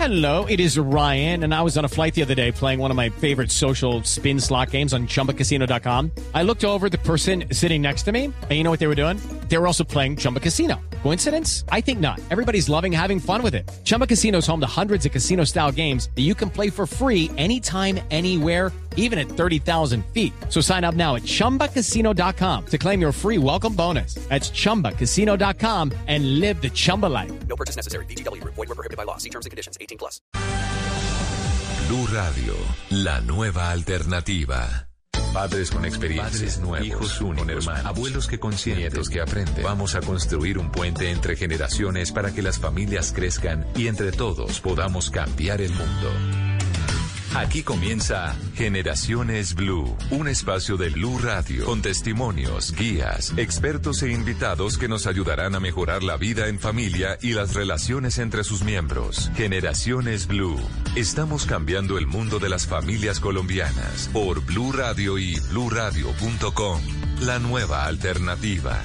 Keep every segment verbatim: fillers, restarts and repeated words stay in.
Hello, it is Ryan, and I was on a flight the other day playing one of my favorite social spin slot games on Chumba Casino dot com. I looked over at the person sitting next to me, and you know what they were doing? They were also playing Chumba Casino. Coincidence? I think not. Everybody's loving having fun with it. Chumba Casino is home to hundreds of casino-style games that you can play for free anytime, anywhere, even at thirty thousand feet. So sign up now at Chumba Casino dot com to claim your free welcome bonus. That's Chumba Casino dot com and live the Chumba life. No purchase necessary. V G W. Void where prohibited by law. See terms and conditions. eighteen plus. Blue Radio, la nueva alternativa. Padres con experiencia, padres nuevos, hijos únicos, hermanos, abuelos que consienten, nietos que aprenden. Vamos a construir un puente entre generaciones para que las familias crezcan y entre todos podamos cambiar el mundo. Aquí comienza Generaciones Blue, un espacio de Blue Radio con testimonios, guías, expertos e invitados que nos ayudarán a mejorar la vida en familia y las relaciones entre sus miembros. Generaciones Blue. Estamos cambiando el mundo de las familias colombianas por Blue Radio y blue radio punto com. La nueva alternativa.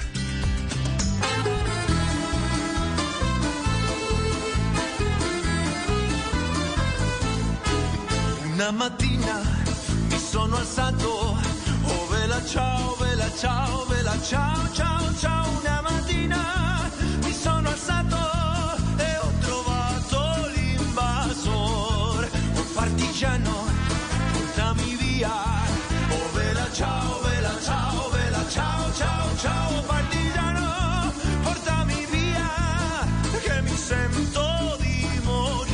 Una mattina mi sono alzato, oh vela ciao, vela ciao, vela ciao, ciao, ciao. Una mattina mi sono alzato e ho trovato l'invasor, un partigiano, portami via, oh vela ciao, vela ciao, vela ciao, ciao, ciao. Partigiano, portami via, che mi sento di morire.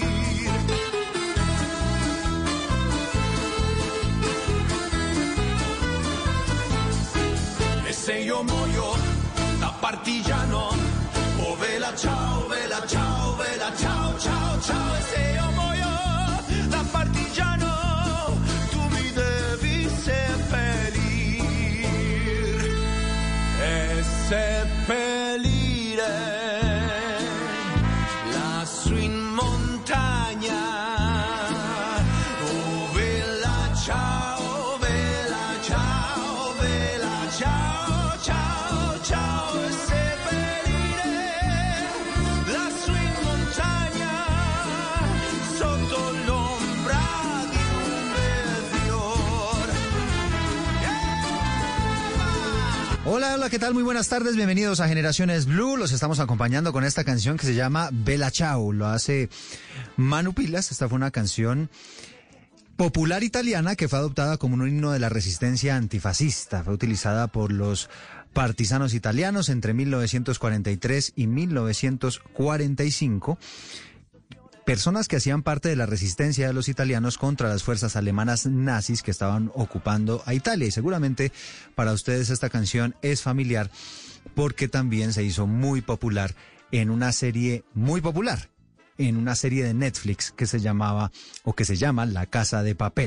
Se io muoio da partigiano, oh vela ciao, vela ciao, vela ciao, ciao, ciao. E se io muoio da partigiano, tu mi devi seppellir e seppellire lassù in montagna. Oh vela ciao, vela ciao, vela ciao. Hola, hola, ¿qué tal? Muy buenas tardes, bienvenidos a Generaciones Blue. Los estamos acompañando con esta canción que se llama Bella Ciao. Lo hace Manu Pilas. Esta fue una canción popular italiana que fue adoptada como un himno de la resistencia antifascista. Fue utilizada por los partisanos italianos entre mil novecientos cuarenta y tres y mil novecientos cuarenta y cinco. Personas que hacían parte de la resistencia de los italianos contra las fuerzas alemanas nazis que estaban ocupando a Italia. Y seguramente para ustedes esta canción es familiar porque también se hizo muy popular en una serie muy popular, en una serie de Netflix que se llamaba o que se llama La Casa de Papel.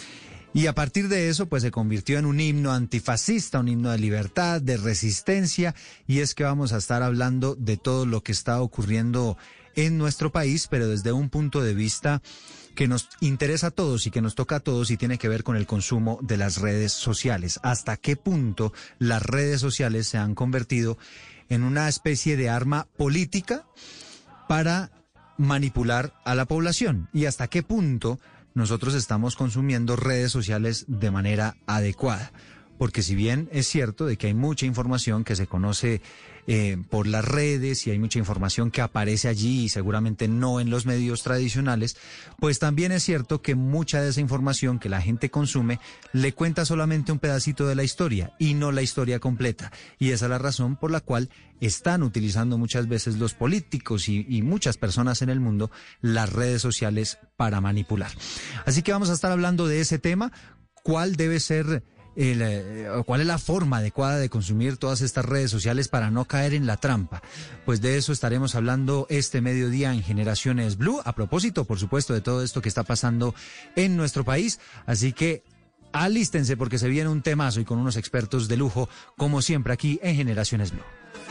Y a partir de eso, pues se convirtió en un himno antifascista, un himno de libertad, de resistencia. Y es que vamos a estar hablando de todo lo que está ocurriendo en nuestro país, pero desde un punto de vista que nos interesa a todos y que nos toca a todos y tiene que ver con el consumo de las redes sociales. ¿Hasta qué punto las redes sociales se han convertido en una especie de arma política para manipular a la población? ¿Y hasta qué punto nosotros estamos consumiendo redes sociales de manera adecuada? Porque si bien es cierto de que hay mucha información que se conoce eh, por las redes y hay mucha información que aparece allí y seguramente no en los medios tradicionales, pues también es cierto que mucha de esa información que la gente consume le cuenta solamente un pedacito de la historia y no la historia completa. Y esa es la razón por la cual están utilizando muchas veces los políticos y, y muchas personas en el mundo las redes sociales para manipular. Así que vamos a estar hablando de ese tema, cuál debe ser El, eh, ¿cuál es la forma adecuada de consumir todas estas redes sociales para no caer en la trampa? Pues de eso estaremos hablando este mediodía en Generaciones Blue, a propósito, por supuesto, de todo esto que está pasando en nuestro país. Así que alístense porque se viene un temazo y con unos expertos de lujo, como siempre aquí en Generaciones Blue.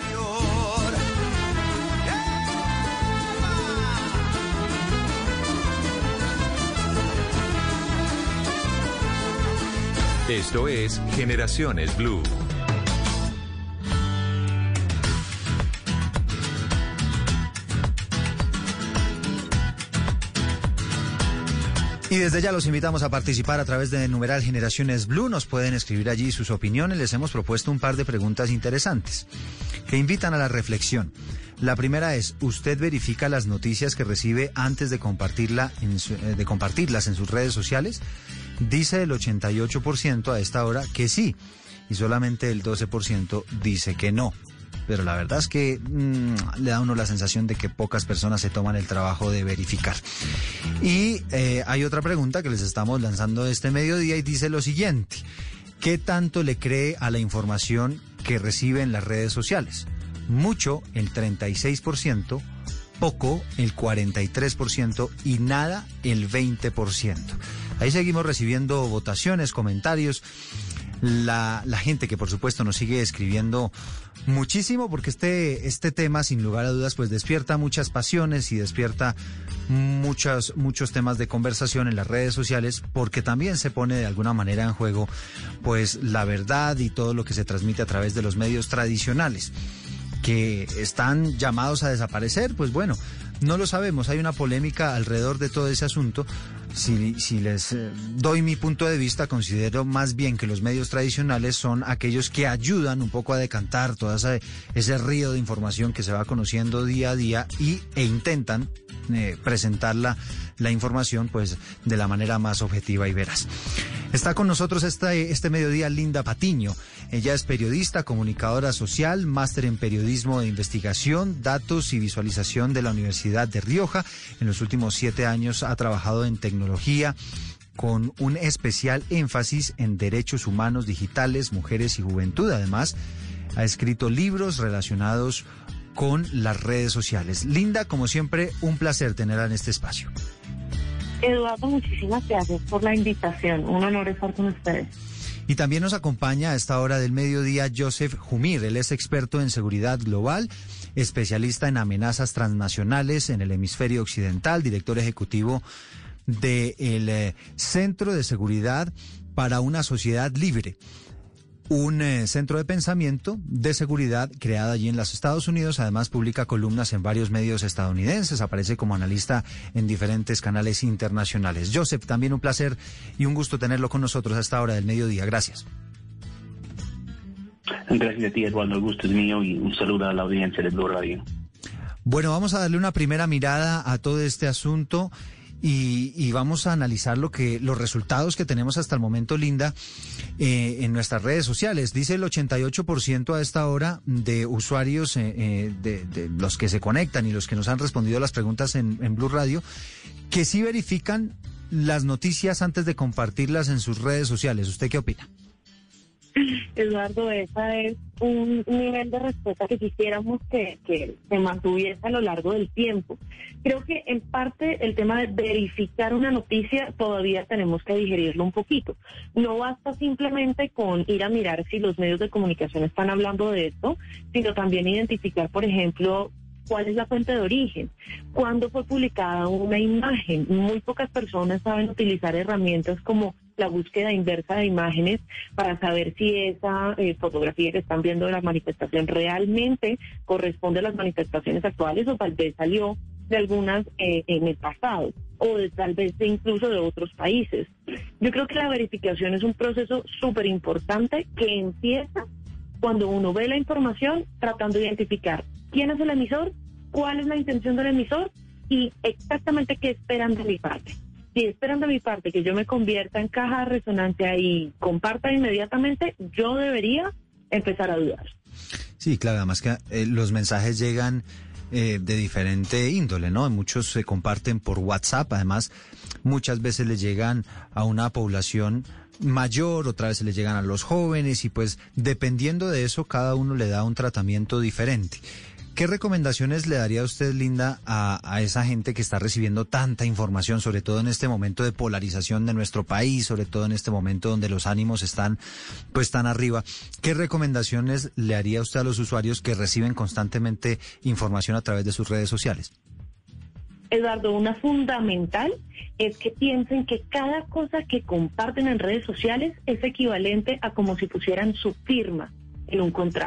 Esto es Generaciones Blue. Y desde ya los invitamos a participar a través de numeral Generaciones Blue. Nos pueden escribir allí sus opiniones. Les hemos propuesto un par de preguntas interesantes que invitan a la reflexión. La primera es, ¿usted verifica las noticias que recibe antes de, compartirla en su, eh, de compartirlas en sus redes sociales? Dice el ochenta y ocho por ciento a esta hora que sí, y solamente el doce por ciento dice que no. Pero la verdad es que mmm, le da a uno la sensación de que pocas personas se toman el trabajo de verificar. Y eh, hay otra pregunta que les estamos lanzando este mediodía y dice lo siguiente: ¿qué tanto le cree a la información que recibe en las redes sociales? Mucho, el treinta y seis por ciento, poco, el cuarenta y tres por ciento y nada, el veinte por ciento. Ahí seguimos recibiendo votaciones, comentarios. La, la gente que por supuesto nos sigue escribiendo muchísimo, porque este, este tema sin lugar a dudas pues despierta muchas pasiones y despierta muchos, muchos temas de conversación en las redes sociales, porque también se pone de alguna manera en juego pues la verdad y todo lo que se transmite a través de los medios tradicionales, que están llamados a desaparecer. Pues bueno, no lo sabemos, hay una polémica alrededor de todo ese asunto. Si, si les eh, doy mi punto de vista, considero más bien que los medios tradicionales son aquellos que ayudan un poco a decantar todo ese, ese río de información que se va conociendo día a día y, e intentan eh, presentar la, la información pues de la manera más objetiva y veraz. Está con nosotros este, este mediodía Linda Patiño. Ella es periodista, comunicadora social, máster en periodismo de investigación, datos y visualización de la Universidad de Rioja. En los últimos siete años ha trabajado en tecnología, con un especial énfasis en derechos humanos digitales, mujeres y juventud. Además, ha escrito libros relacionados con las redes sociales. Linda, como siempre, un placer tenerla en este espacio. Eduardo, muchísimas gracias por la invitación. Un honor estar con ustedes. Y también nos acompaña a esta hora del mediodía Joseph Jumir. Él es experto en seguridad global, especialista en amenazas transnacionales en el hemisferio occidental, director ejecutivo del eh, Centro de Seguridad para una Sociedad Libre, un eh, centro de pensamiento de seguridad creado allí en los Estados Unidos. Además publica columnas en varios medios estadounidenses, aparece como analista en diferentes canales internacionales. Joseph, también un placer y un gusto tenerlo con nosotros a esta hora del mediodía. Gracias. Gracias a ti, Eduardo, el gusto es mío y un saludo a la audiencia de Blue Radio. Bueno, vamos a darle una primera mirada a todo este asunto. Y, y vamos a analizar lo que los resultados que tenemos hasta el momento, Linda, eh, en nuestras redes sociales. Dice el ochenta y ocho por ciento a esta hora de usuarios, eh, eh, de, de los que se conectan y los que nos han respondido a las preguntas en, en Blue Radio, que sí verifican las noticias antes de compartirlas en sus redes sociales. ¿Usted qué opina? Eduardo, esa es un nivel de respuesta que quisiéramos que, que se mantuviese a lo largo del tiempo. Creo que en parte el tema de verificar una noticia todavía tenemos que digerirlo un poquito. No basta simplemente con ir a mirar si los medios de comunicación están hablando de esto, sino también identificar, por ejemplo, cuál es la fuente de origen, cuándo fue publicada una imagen. Muy pocas personas saben utilizar herramientas como la búsqueda inversa de imágenes para saber si esa eh, fotografía que están viendo de la manifestación realmente corresponde a las manifestaciones actuales o tal vez salió de algunas eh, en el pasado o de, tal vez de incluso de otros países. Yo creo que la verificación es un proceso súper importante que empieza cuando uno ve la información tratando de identificar quién es el emisor, cuál es la intención del emisor y exactamente qué esperan de mi parte. Si esperan de mi parte que yo me convierta en caja de resonancia y comparta inmediatamente, yo debería empezar a dudar. Sí, claro, además que eh, los mensajes llegan eh, de diferente índole, ¿no? Muchos se comparten por WhatsApp, además muchas veces les llegan a una población mayor, otra vez les llegan a los jóvenes y pues dependiendo de eso cada uno le da un tratamiento diferente. ¿Qué recomendaciones le daría usted, Linda, a, a esa gente que está recibiendo tanta información, sobre todo en este momento de polarización de nuestro país, sobre todo en este momento donde los ánimos están pues tan arriba? ¿Qué recomendaciones le haría usted a los usuarios que reciben constantemente información a través de sus redes sociales? Eduardo, una fundamental es que piensen que cada cosa que comparten en redes sociales es equivalente a como si pusieran su firma en un contrato.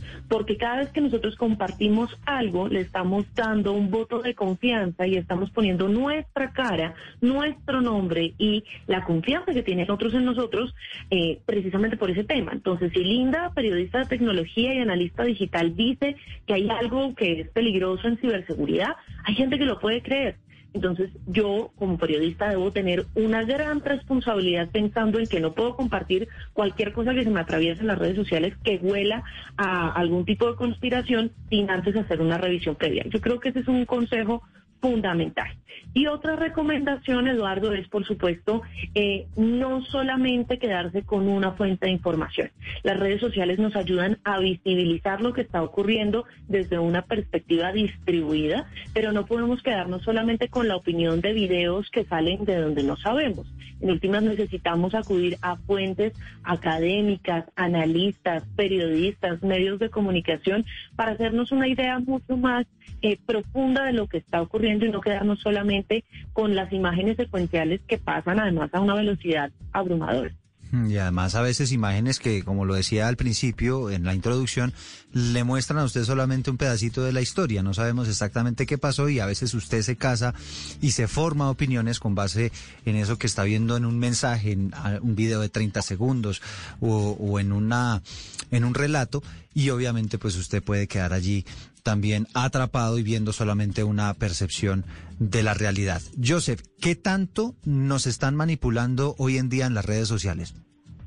porque cada vez que nosotros compartimos algo, le estamos dando un voto de confianza y estamos poniendo nuestra cara, nuestro nombre y la confianza que tienen otros en nosotros, eh, precisamente por ese tema. Entonces, si Linda, periodista de tecnología y analista digital, dice que hay algo que es peligroso en ciberseguridad, hay gente que lo puede creer. Entonces, yo como periodista debo tener una gran responsabilidad pensando en que no puedo compartir cualquier cosa que se me atraviese en las redes sociales que huela a algún tipo de conspiración sin antes hacer una revisión previa. Yo creo que ese es un consejo fundamental. Y otra recomendación, Eduardo, es por supuesto eh, no solamente quedarse con una fuente de información. Las redes sociales nos ayudan a visibilizar lo que está ocurriendo desde una perspectiva distribuida, pero no podemos quedarnos solamente con la opinión de videos que salen de donde no sabemos. En últimas necesitamos acudir a fuentes académicas, analistas, periodistas, medios de comunicación para hacernos una idea mucho más eh, profunda de lo que está ocurriendo y no quedarnos solamente con las imágenes secuenciales que pasan además a una velocidad abrumadora. Y además a veces imágenes que, como lo decía al principio, en la introducción, le muestran a usted solamente un pedacito de la historia. No sabemos exactamente qué pasó y a veces usted se casa y se forma opiniones con base en eso que está viendo en un mensaje, en un video de treinta segundos o, o en una en un relato, y obviamente pues usted puede quedar allí también atrapado y viendo solamente una percepción de la realidad. Joseph, ¿qué tanto nos están manipulando hoy en día en las redes sociales?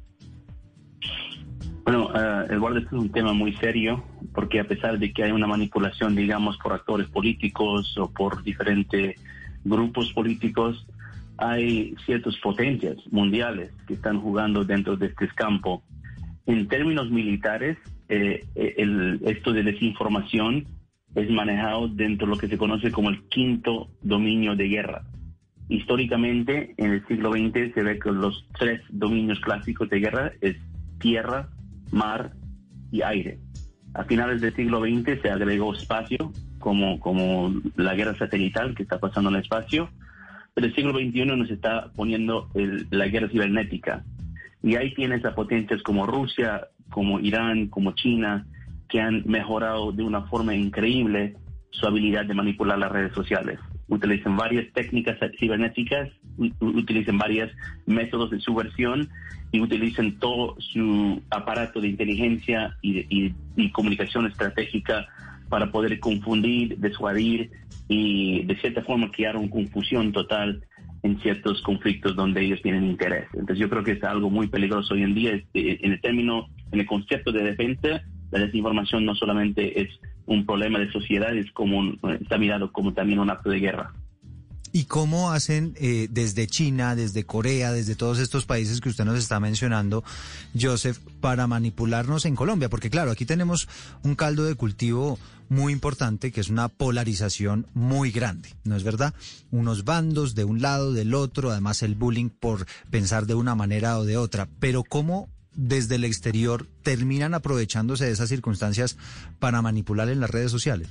Bueno, uh, Eduardo, este es un tema muy serio, porque a pesar de que hay una manipulación, digamos, por actores políticos o por diferentes grupos políticos, hay ciertas potencias mundiales que están jugando dentro de este campo. En términos militares, eh, el, esto de desinformación es manejado dentro de lo que se conoce como el quinto dominio de guerra. Históricamente, en el siglo veinte, se ve que los tres dominios clásicos de guerra es tierra, mar y aire. A finales del siglo veinte se agregó espacio, como, como la guerra satelital que está pasando en el espacio, pero el siglo veintiuno nos está poniendo el, la guerra cibernética. Y ahí tienes a potencias como Rusia, como Irán, como China, que han mejorado de una forma increíble su habilidad de manipular las redes sociales. Utilizan varias técnicas cibernéticas, utilizan varios métodos de subversión y utilizan todo su aparato de inteligencia y, de, y, y comunicación estratégica para poder confundir, disuadir y de cierta forma crear una confusión total en ciertos conflictos donde ellos tienen interés. Entonces yo creo que es algo muy peligroso hoy en día. En el término, en el concepto de defensa, la desinformación no solamente es un problema de sociedad, es como un, está mirado como también un acto de guerra. ¿Y cómo hacen eh, desde China, desde Corea, desde todos estos países que usted nos está mencionando, Joseph, para manipularnos en Colombia? Porque claro, aquí tenemos un caldo de cultivo muy importante, que es una polarización muy grande, ¿no es verdad? Unos bandos de un lado, del otro, además el bullying por pensar de una manera o de otra. Pero ¿cómo desde el exterior terminan aprovechándose de esas circunstancias para manipular en las redes sociales?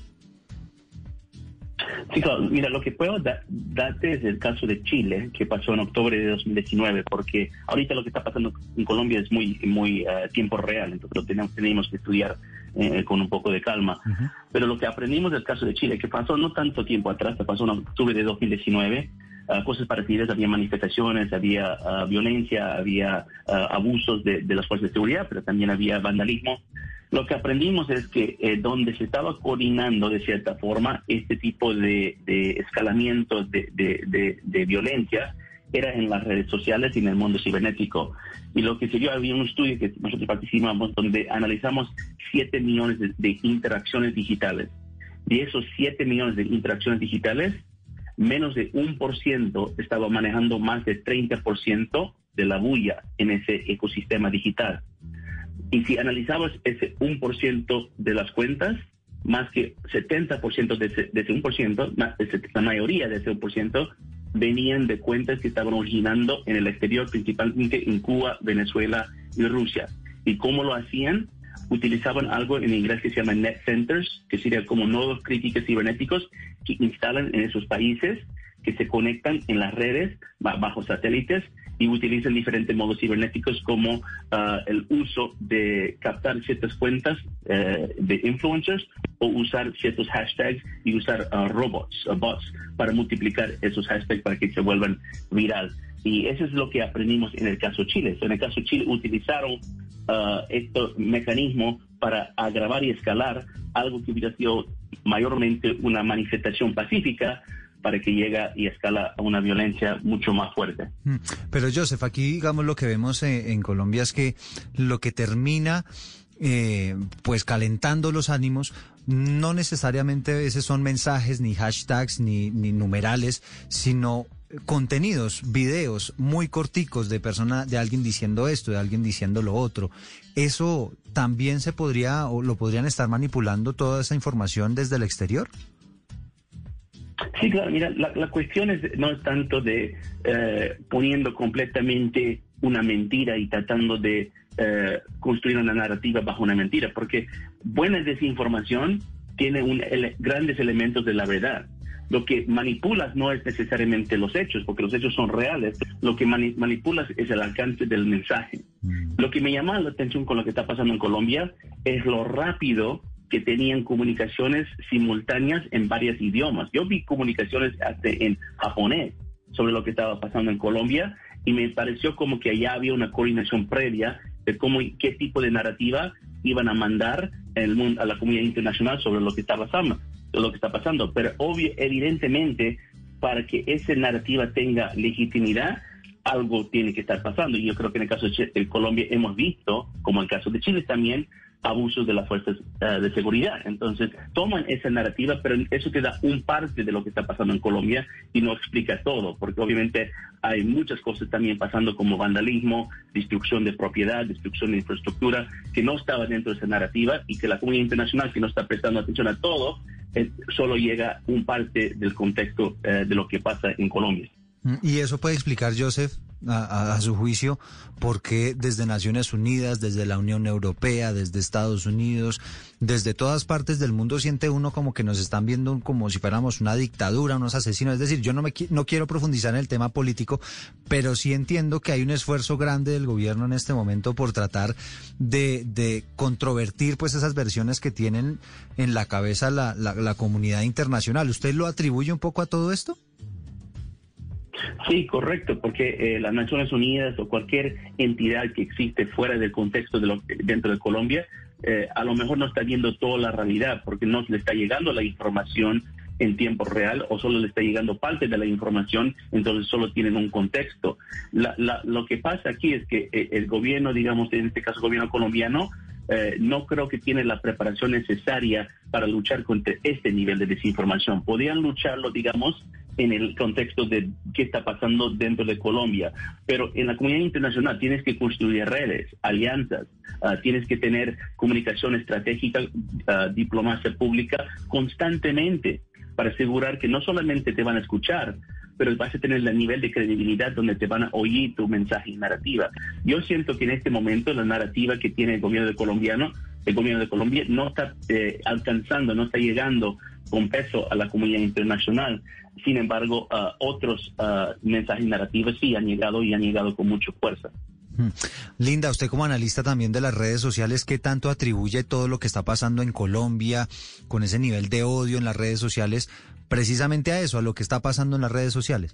Sí, claro. Mira, lo que puedo da- darte es el caso de Chile, que pasó en octubre de dos mil diecinueve, porque ahorita lo que está pasando en Colombia es muy muy uh, tiempo real, entonces lo tenemos, tenemos que estudiar eh, con un poco de calma. Uh-huh. Pero lo que aprendimos del caso de Chile, que pasó no tanto tiempo atrás, pasó en octubre de dos mil diecinueve, uh, cosas parecidas, había manifestaciones, había uh, violencia, había uh, abusos de, de las fuerzas de seguridad, pero también había vandalismo. Lo que aprendimos es que eh, donde se estaba coordinando de cierta forma este tipo de, de escalamiento de, de, de, de violencia era en las redes sociales y en el mundo cibernético. Y lo que se dio, había un estudio que nosotros participamos donde analizamos siete millones de, de interacciones digitales. De esos siete millones de interacciones digitales, menos de un por ciento estaba manejando más de treinta por ciento de la bulla en ese ecosistema digital. Y si analizabas ese uno por ciento de las cuentas, más que setenta por ciento de ese, de ese uno por ciento, la mayoría de ese uno por ciento, venían de cuentas que estaban originando en el exterior, principalmente en Cuba, Venezuela y Rusia. ¿Y cómo lo hacían? Utilizaban algo en inglés que se llama net centers, que sería como nodos críticos cibernéticos que instalan en esos países, que se conectan en las redes bajo satélites y utilizan diferentes modos cibernéticos como uh, el uso de captar ciertas cuentas uh, de influencers o usar ciertos hashtags y usar uh, robots, uh, bots, para multiplicar esos hashtags para que se vuelvan viral. Y eso es lo que aprendimos en el caso Chile. En el caso Chile utilizaron uh, este mecanismo para agravar y escalar algo que hubiera sido mayormente una manifestación pacífica, para que llega y escala a una violencia mucho más fuerte. Pero Joseph, aquí digamos lo que vemos en, en Colombia es que lo que termina eh, pues calentando los ánimos no necesariamente a veces son mensajes, ni hashtags, ni, ni numerales, sino contenidos, videos muy corticos de persona, de alguien diciendo esto, de alguien diciendo lo otro. ¿Eso también se podría o lo podrían estar manipulando toda esa información desde el exterior? Sí, claro, mira, la, la cuestión es, no es tanto de eh, poniendo completamente una mentira y tratando de eh, construir una narrativa bajo una mentira, porque buena desinformación tiene un, ele, grandes elementos de la verdad. Lo que manipulas no es necesariamente los hechos, porque los hechos son reales. Lo que mani manipulas es el alcance del mensaje. Mm. Lo que me llama la atención con lo que está pasando en Colombia es lo rápido que tenían comunicaciones simultáneas en varios idiomas. Yo vi comunicaciones hasta en japonés sobre lo que estaba pasando en Colombia y me pareció como que allá había una coordinación previa de cómo y qué tipo de narrativa iban a mandar el mundo, a la comunidad internacional sobre lo que está pasando, lo que está pasando. Pero obvio, evidentemente, para que esa narrativa tenga legitimidad, algo tiene que estar pasando. Y yo creo que en el caso de Colombia hemos visto, como en el caso de Chile también, abusos de las fuerzas uh, de seguridad. Entonces, toman esa narrativa, pero eso te da un parte de lo que está pasando en Colombia y no explica todo, porque obviamente hay muchas cosas también pasando como vandalismo, destrucción de propiedad, destrucción de infraestructura, que no estaba dentro de esa narrativa y que la comunidad internacional, que no está prestando atención a todo, eh, solo llega un parte del contexto eh, de lo que pasa en Colombia. Y eso puede explicar, Joseph, a, a, a su juicio, por qué desde Naciones Unidas, desde la Unión Europea, desde Estados Unidos, desde todas partes del mundo siente uno como que nos están viendo como si fuéramos una dictadura, unos asesinos. Es decir, yo no me no quiero profundizar en el tema político, pero sí entiendo que hay un esfuerzo grande del gobierno en este momento por tratar de, de controvertir pues esas versiones que tienen en la cabeza la, la, la comunidad internacional. ¿Usted lo atribuye un poco a todo esto? Sí, correcto, porque eh, las Naciones Unidas o cualquier entidad que existe fuera del contexto de lo dentro de Colombia, eh, a lo mejor no está viendo toda la realidad, porque no le está llegando la información en tiempo real o solo le está llegando parte de la información, entonces solo tienen un contexto. La, la, lo que pasa aquí es que eh, el gobierno, digamos, en este caso el gobierno colombiano, Eh, no creo que tiene la preparación necesaria para luchar contra este nivel de desinformación. Podrían lucharlo, digamos, en el contexto de qué está pasando dentro de Colombia, pero en la comunidad internacional tienes que construir redes, alianzas, uh, tienes que tener comunicación estratégica, uh, diplomacia pública constantemente para asegurar que no solamente te van a escuchar, pero vas a tener el nivel de credibilidad donde te van a oír tu mensaje y narrativa. Yo siento que en este momento la narrativa que tiene el gobierno de colombiano, el gobierno de Colombia no está eh, alcanzando, no está llegando con peso a la comunidad internacional. Sin embargo, uh, otros uh, mensajes y narrativas sí han llegado y han llegado con mucha fuerza. Linda, usted como analista también de las redes sociales, ¿qué tanto atribuye todo lo que está pasando en Colombia con ese nivel de odio en las redes sociales precisamente a eso, a lo que está pasando en las redes sociales?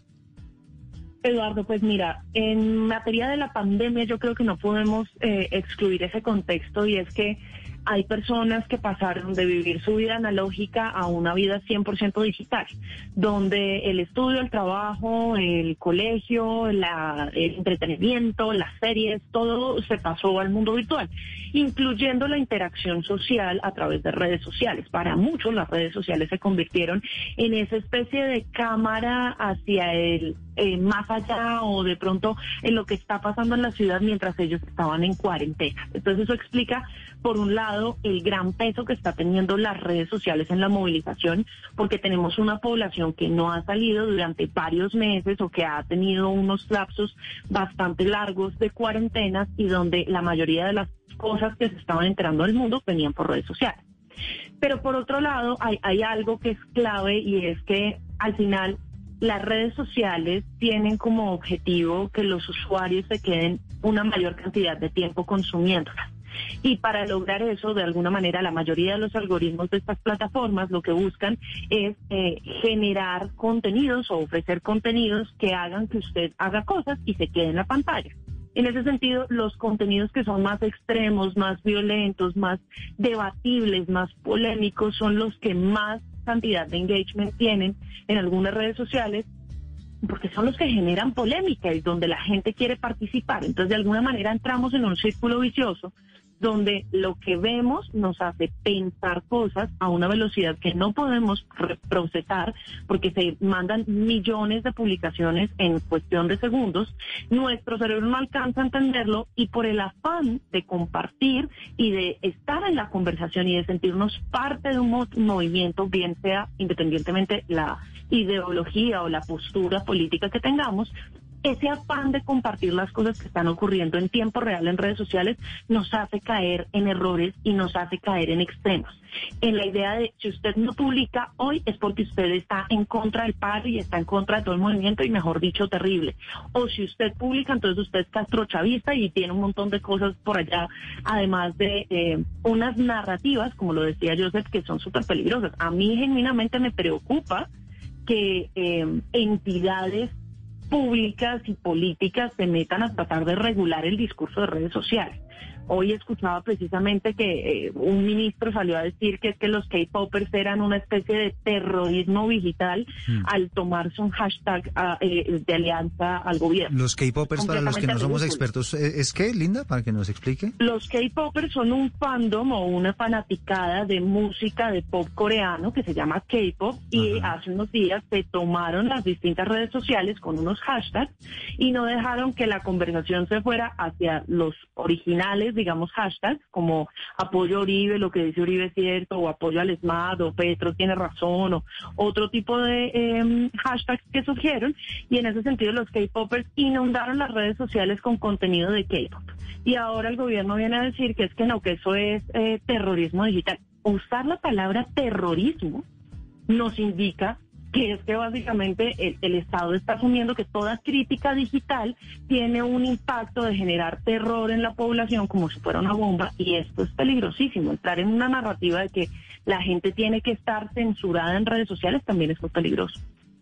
Eduardo, pues mira, en materia de la pandemia yo creo que no podemos eh, excluir ese contexto, y es que hay personas que pasaron de vivir su vida analógica a una vida cien por ciento digital, donde el estudio, el trabajo, el colegio, la, el entretenimiento, las series, todo se pasó al mundo virtual, incluyendo la interacción social a través de redes sociales. Para muchos las redes sociales se convirtieron en esa especie de cámara hacia el eh, más allá, o de pronto en lo que está pasando en la ciudad mientras ellos estaban en cuarentena. Entonces eso explica, por un lado, el gran peso que está teniendo las redes sociales en la movilización, porque tenemos una población que no ha salido durante varios meses o que ha tenido unos lapsos bastante largos de cuarentenas, y donde la mayoría de las cosas que se estaban enterando del mundo venían por redes sociales. Pero por otro lado, hay, hay algo que es clave, y es que al final las redes sociales tienen como objetivo que los usuarios se queden una mayor cantidad de tiempo consumiéndolas. Y para lograr eso, de alguna manera, la mayoría de los algoritmos de estas plataformas lo que buscan es eh, generar contenidos o ofrecer contenidos que hagan que usted haga cosas y se quede en la pantalla. En ese sentido, los contenidos que son más extremos, más violentos, más debatibles, más polémicos, son los que más cantidad de engagement tienen en algunas redes sociales, porque son los que generan polémica y donde la gente quiere participar. Entonces, de alguna manera entramos en un círculo vicioso donde lo que vemos nos hace pensar cosas a una velocidad que no podemos procesar porque se mandan millones de publicaciones en cuestión de segundos. Nuestro cerebro no alcanza a entenderlo y por el afán de compartir y de estar en la conversación y de sentirnos parte de un mo- movimiento, bien sea independientemente la ideología o la postura política que tengamos, ese afán de compartir las cosas que están ocurriendo en tiempo real en redes sociales nos hace caer en errores y nos hace caer en extremos. En la idea de si usted no publica hoy es porque usted está en contra del paro y está en contra de todo el movimiento y mejor dicho terrible. O si usted publica entonces usted es castrochavista y tiene un montón de cosas por allá, además de eh, unas narrativas, como lo decía Joseph, que son súper peligrosas. A mí genuinamente me preocupa que eh, entidades públicas y políticas se metan a tratar de regular el discurso de redes sociales. Hoy escuchaba precisamente que eh, un ministro salió a decir que es que los K-popers eran una especie de terrorismo digital mm. al tomarse un hashtag uh, eh, de alianza al gobierno. Los K-popers, para los que no somos expertos, ¿es qué, Linda? Para que nos explique. Los K-popers son un fandom o una fanaticada de música de pop coreano que se llama K-pop y Ajá. hace unos días se tomaron las distintas redes sociales con unos hashtags y no dejaron que la conversación se fuera hacia los originales, digamos, hashtags como apoyo a Uribe, lo que dice Uribe es cierto, o apoyo al ESMAD, o Petro tiene razón, o otro tipo de eh, hashtags que surgieron, y en ese sentido los K-popers inundaron las redes sociales con contenido de K-pop. Y ahora el gobierno viene a decir que es que no, que eso es eh, terrorismo digital. Usar la palabra terrorismo nos indica que es que básicamente el, el Estado está asumiendo que toda crítica digital tiene un impacto de generar terror en la población como si fuera una bomba, y esto es peligrosísimo. Entrar en una narrativa de que la gente tiene que estar censurada en redes sociales también es muy peligroso.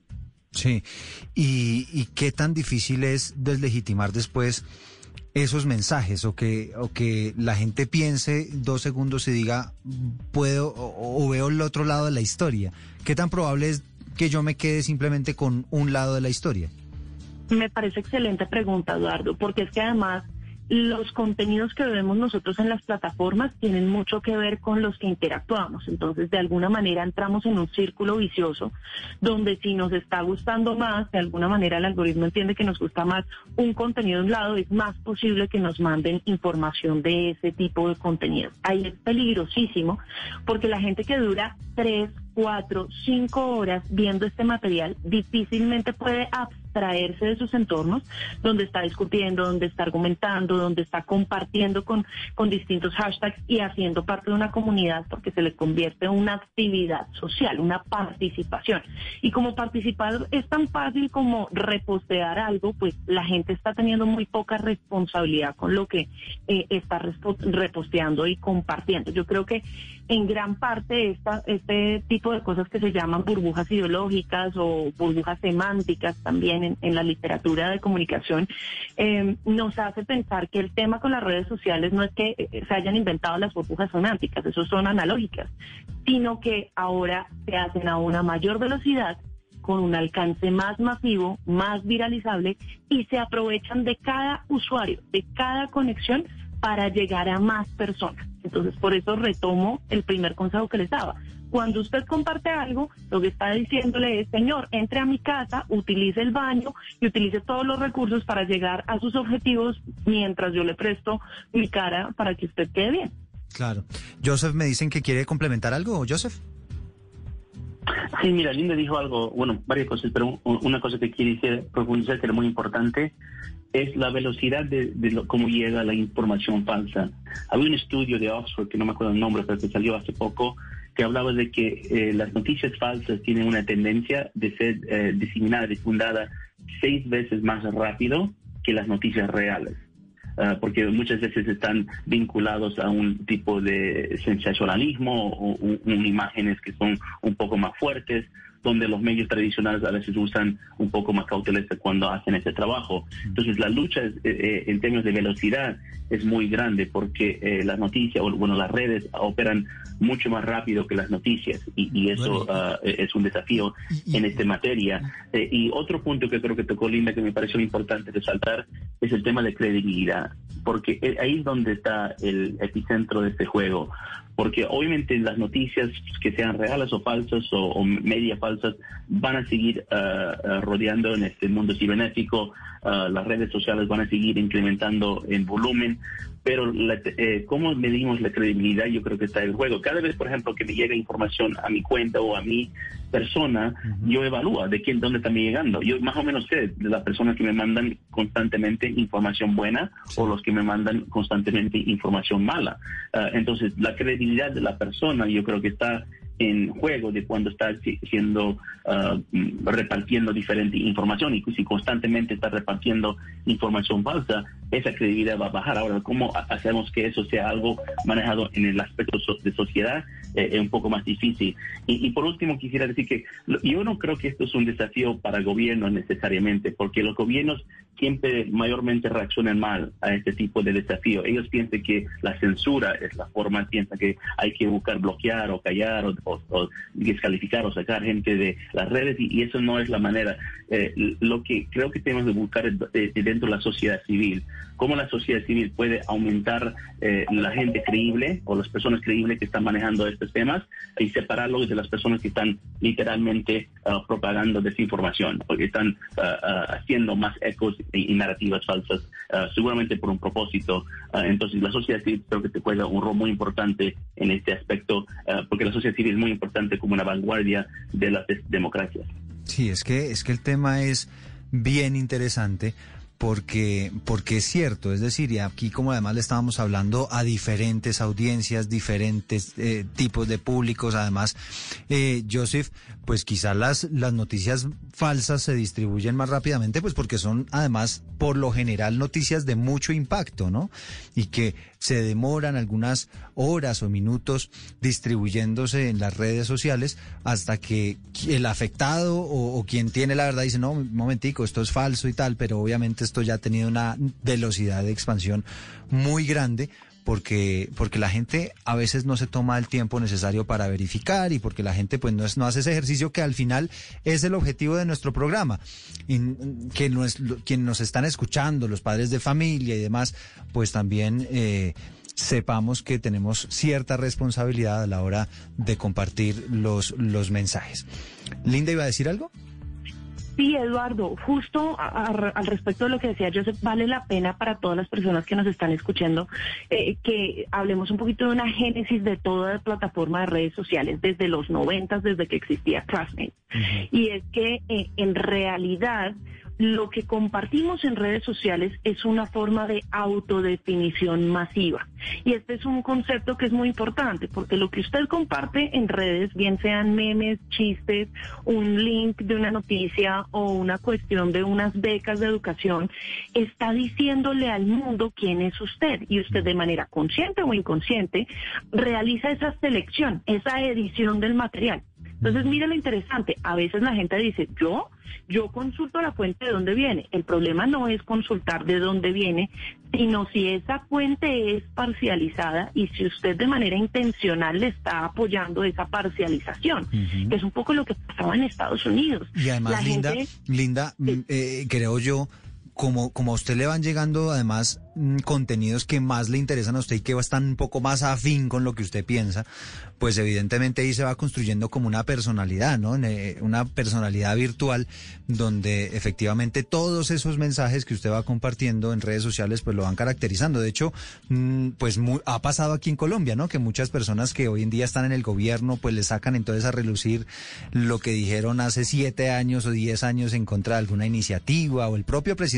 Sí, y, y qué tan difícil es deslegitimar después esos mensajes, o que o que la gente piense dos segundos y diga, puedo o, o veo el otro lado de la historia. ¿Qué tan probable es que yo me quede simplemente con un lado de la historia? Me parece excelente pregunta, Eduardo, porque es que además los contenidos que vemos nosotros en las plataformas tienen mucho que ver con los que interactuamos. Entonces, de alguna manera entramos en un círculo vicioso donde si nos está gustando más, de alguna manera el algoritmo entiende que nos gusta más un contenido de un lado, es más posible que nos manden información de ese tipo de contenido. Ahí es peligrosísimo porque la gente que dura tres, cuatro, cinco horas viendo este material difícilmente puede abstraerse de sus entornos, donde está discutiendo, donde está argumentando, donde está compartiendo con, con distintos hashtags y haciendo parte de una comunidad, porque se le convierte en una actividad social, una participación. Y como participar es tan fácil como repostear algo, pues la gente está teniendo muy poca responsabilidad con lo que eh, está reposteando y compartiendo. Yo creo que en gran parte esta, este tipo de cosas que se llaman burbujas ideológicas o burbujas semánticas también en, en la literatura de comunicación, eh, nos hace pensar que el tema con las redes sociales no es que eh, se hayan inventado las burbujas semánticas, eso son analógicas, sino que ahora se hacen a una mayor velocidad, con un alcance más masivo, más viralizable, y se aprovechan de cada usuario, de cada conexión, para llegar a más personas. Entonces, por eso retomo el primer consejo que les daba. Cuando usted comparte algo, lo que está diciéndole es, señor, entre a mi casa, utilice el baño y utilice todos los recursos para llegar a sus objetivos mientras yo le presto mi cara para que usted quede bien. Claro. Joseph, me dicen que quiere complementar algo, Joseph. Sí, mira, Linda dijo algo, bueno, varias cosas, pero una cosa que quiere profundizar, que era muy importante, es la velocidad de, de lo, cómo llega la información falsa. Había un estudio de Oxford, que no me acuerdo el nombre, pero que salió hace poco, que hablaba de que eh, las noticias falsas tienen una tendencia de ser eh, diseminada, difundida seis veces más rápido que las noticias reales. Uh, porque muchas veces están vinculados a un tipo de sensacionalismo o un, un imágenes que son un poco más fuertes, donde los medios tradicionales a veces usan un poco más cautelas cuando hacen ese trabajo. Entonces la lucha es, eh, en términos de velocidad es muy grande porque eh, las noticias, o bueno, las redes operan mucho más rápido que las noticias y, y eso bueno, uh, es un desafío y, y, en esta materia. Eh, y otro punto que creo que tocó Linda, que me pareció importante resaltar, es el tema de credibilidad, porque ahí es donde está el epicentro de este juego. Porque obviamente las noticias que sean reales o falsas o, o media falsas van a seguir uh, uh, rodeando en este mundo cibernético, uh, las redes sociales van a seguir incrementando en volumen, pero la, eh, cómo medimos la credibilidad yo creo que está en el juego. Cada vez, por ejemplo, que me llega información a mi cuenta o a mi persona, uh-huh. yo evalúo de quién, dónde está me llegando. Yo más o menos sé de las personas que me mandan constantemente información buena sí. o los que me mandan constantemente información mala. Uh, entonces, la credibilidad de la persona yo creo que está en juego de cuando está siendo uh, repartiendo diferente información, y si constantemente está repartiendo información falsa, esa credibilidad va a bajar. Ahora, ¿cómo hacemos que eso sea algo manejado en el aspecto de sociedad? Eh, es un poco más difícil. Y, y por último quisiera decir que yo no creo que esto es un desafío para gobiernos necesariamente, porque los gobiernos siempre mayormente reaccionan mal a este tipo de desafío. Ellos piensan que la censura es la forma, piensan que hay que buscar bloquear o callar o, o, o descalificar o sacar gente de las redes, y, y eso no es la manera. Eh, lo que creo que tenemos que buscar es eh, dentro de la sociedad civil, cómo la sociedad civil puede aumentar eh, la gente creíble o las personas creíbles que están manejando estos temas y separarlos de las personas que están literalmente uh, propagando desinformación o que están uh, uh, haciendo más ecos y, y narrativas falsas, uh, seguramente por un propósito. Uh, entonces la sociedad civil creo que te juega un rol muy importante en este aspecto, uh, porque la sociedad civil es muy importante como una vanguardia de las democracias. Sí, es que, es que el tema es bien interesante. Porque, porque es cierto, es decir, y aquí como además le estábamos hablando a diferentes audiencias, diferentes eh, tipos de públicos, además, eh, Joseph, pues quizás las, las noticias falsas se distribuyen más rápidamente, pues porque son además, por lo general, noticias de mucho impacto, ¿no? Y que se demoran algunas horas o minutos distribuyéndose en las redes sociales hasta que el afectado o, o quien tiene la verdad dice, no, un momentico, esto es falso y tal, pero obviamente esto ya ha tenido una velocidad de expansión muy grande porque porque la gente a veces no se toma el tiempo necesario para verificar y porque la gente pues no, es, no hace ese ejercicio que al final es el objetivo de nuestro programa. Y que nos, quienes nos están escuchando, los padres de familia y demás, pues también eh, sepamos que tenemos cierta responsabilidad a la hora de compartir los, los mensajes. Linda, ¿iba a decir algo? Sí, Eduardo, justo a, a, al respecto de lo que decía Joseph, vale la pena para todas las personas que nos están escuchando eh, que hablemos un poquito de una génesis de toda la plataforma de redes sociales desde los noventas, desde que existía Classmate. Uh-huh. Y es que eh, en realidad lo que compartimos en redes sociales es una forma de autodefinición masiva. Y este es un concepto que es muy importante, porque lo que usted comparte en redes, bien sean memes, chistes, un link de una noticia o una cuestión de unas becas de educación, está diciéndole al mundo quién es usted. Y usted de manera consciente o inconsciente realiza esa selección, esa edición del material. Entonces, mira lo interesante, a veces la gente dice, yo, yo consulto la fuente de dónde viene. El problema no es consultar de dónde viene, sino si esa fuente es parcializada y si usted de manera intencional le está apoyando esa parcialización, uh-huh. que es un poco lo que pasaba en Estados Unidos. Y además, la Linda, gente... Linda, sí. eh, creo yo, como, como a usted le van llegando además mmm, contenidos que más le interesan a usted y que están un poco más afín con lo que usted piensa, pues evidentemente ahí se va construyendo como una personalidad, ¿no? Una personalidad virtual donde efectivamente todos esos mensajes que usted va compartiendo en redes sociales pues lo van caracterizando. De hecho, pues muy, ha pasado aquí en Colombia, ¿no? Que muchas personas que hoy en día están en el gobierno pues le sacan entonces a relucir lo que dijeron hace siete años o diez años en contra de alguna iniciativa, o el propio presidente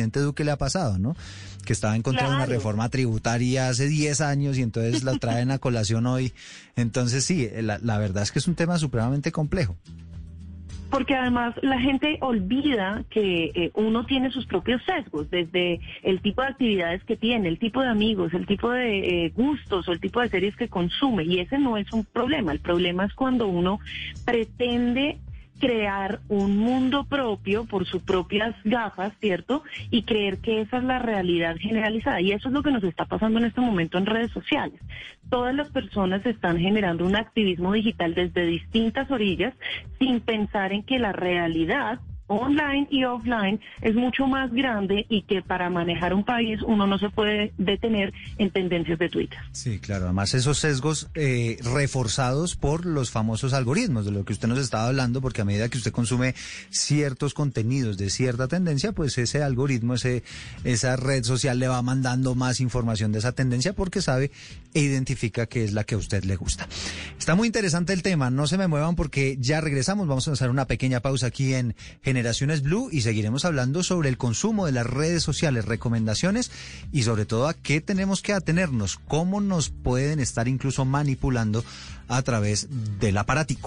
presidente Duque le ha pasado, ¿no? Que estaba en contra claro. de una reforma tributaria hace diez años y entonces la traen a colación hoy. Entonces sí, la, la verdad es que es un tema supremamente complejo. Porque además la gente olvida que eh, uno tiene sus propios sesgos, desde el tipo de actividades que tiene, el tipo de amigos, el tipo de eh, gustos o el tipo de series que consume, y ese no es un problema. El problema es cuando uno pretende crear un mundo propio por sus propias gafas, ¿cierto? Y creer que esa es la realidad generalizada. Y eso es lo que nos está pasando en este momento en redes sociales. Todas las personas están generando un activismo digital desde distintas orillas sin pensar en que la realidad online y offline es mucho más grande y que para manejar un país uno no se puede detener en tendencias de Twitter. Sí, claro, además esos sesgos eh, reforzados por los famosos algoritmos, de lo que usted nos estaba hablando, porque a medida que usted consume ciertos contenidos de cierta tendencia, pues ese algoritmo, ese esa red social le va mandando más información de esa tendencia porque sabe e identifica que es la que a usted le gusta. Está muy interesante el tema, no se me muevan porque ya regresamos, vamos a hacer una pequeña pausa aquí en Generaciones Blue y seguiremos hablando sobre el consumo de las redes sociales, recomendaciones y sobre todo a qué tenemos que atenernos, cómo nos pueden estar incluso manipulando a través del aparatico.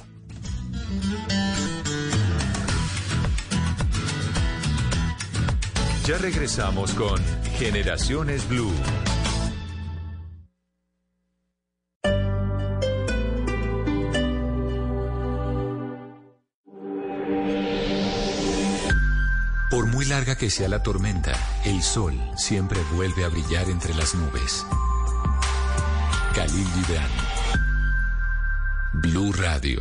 Ya regresamos con Generaciones Blue. Por muy larga que sea la tormenta, el sol siempre vuelve a brillar entre las nubes. Khalil Gibran. Blue Radio.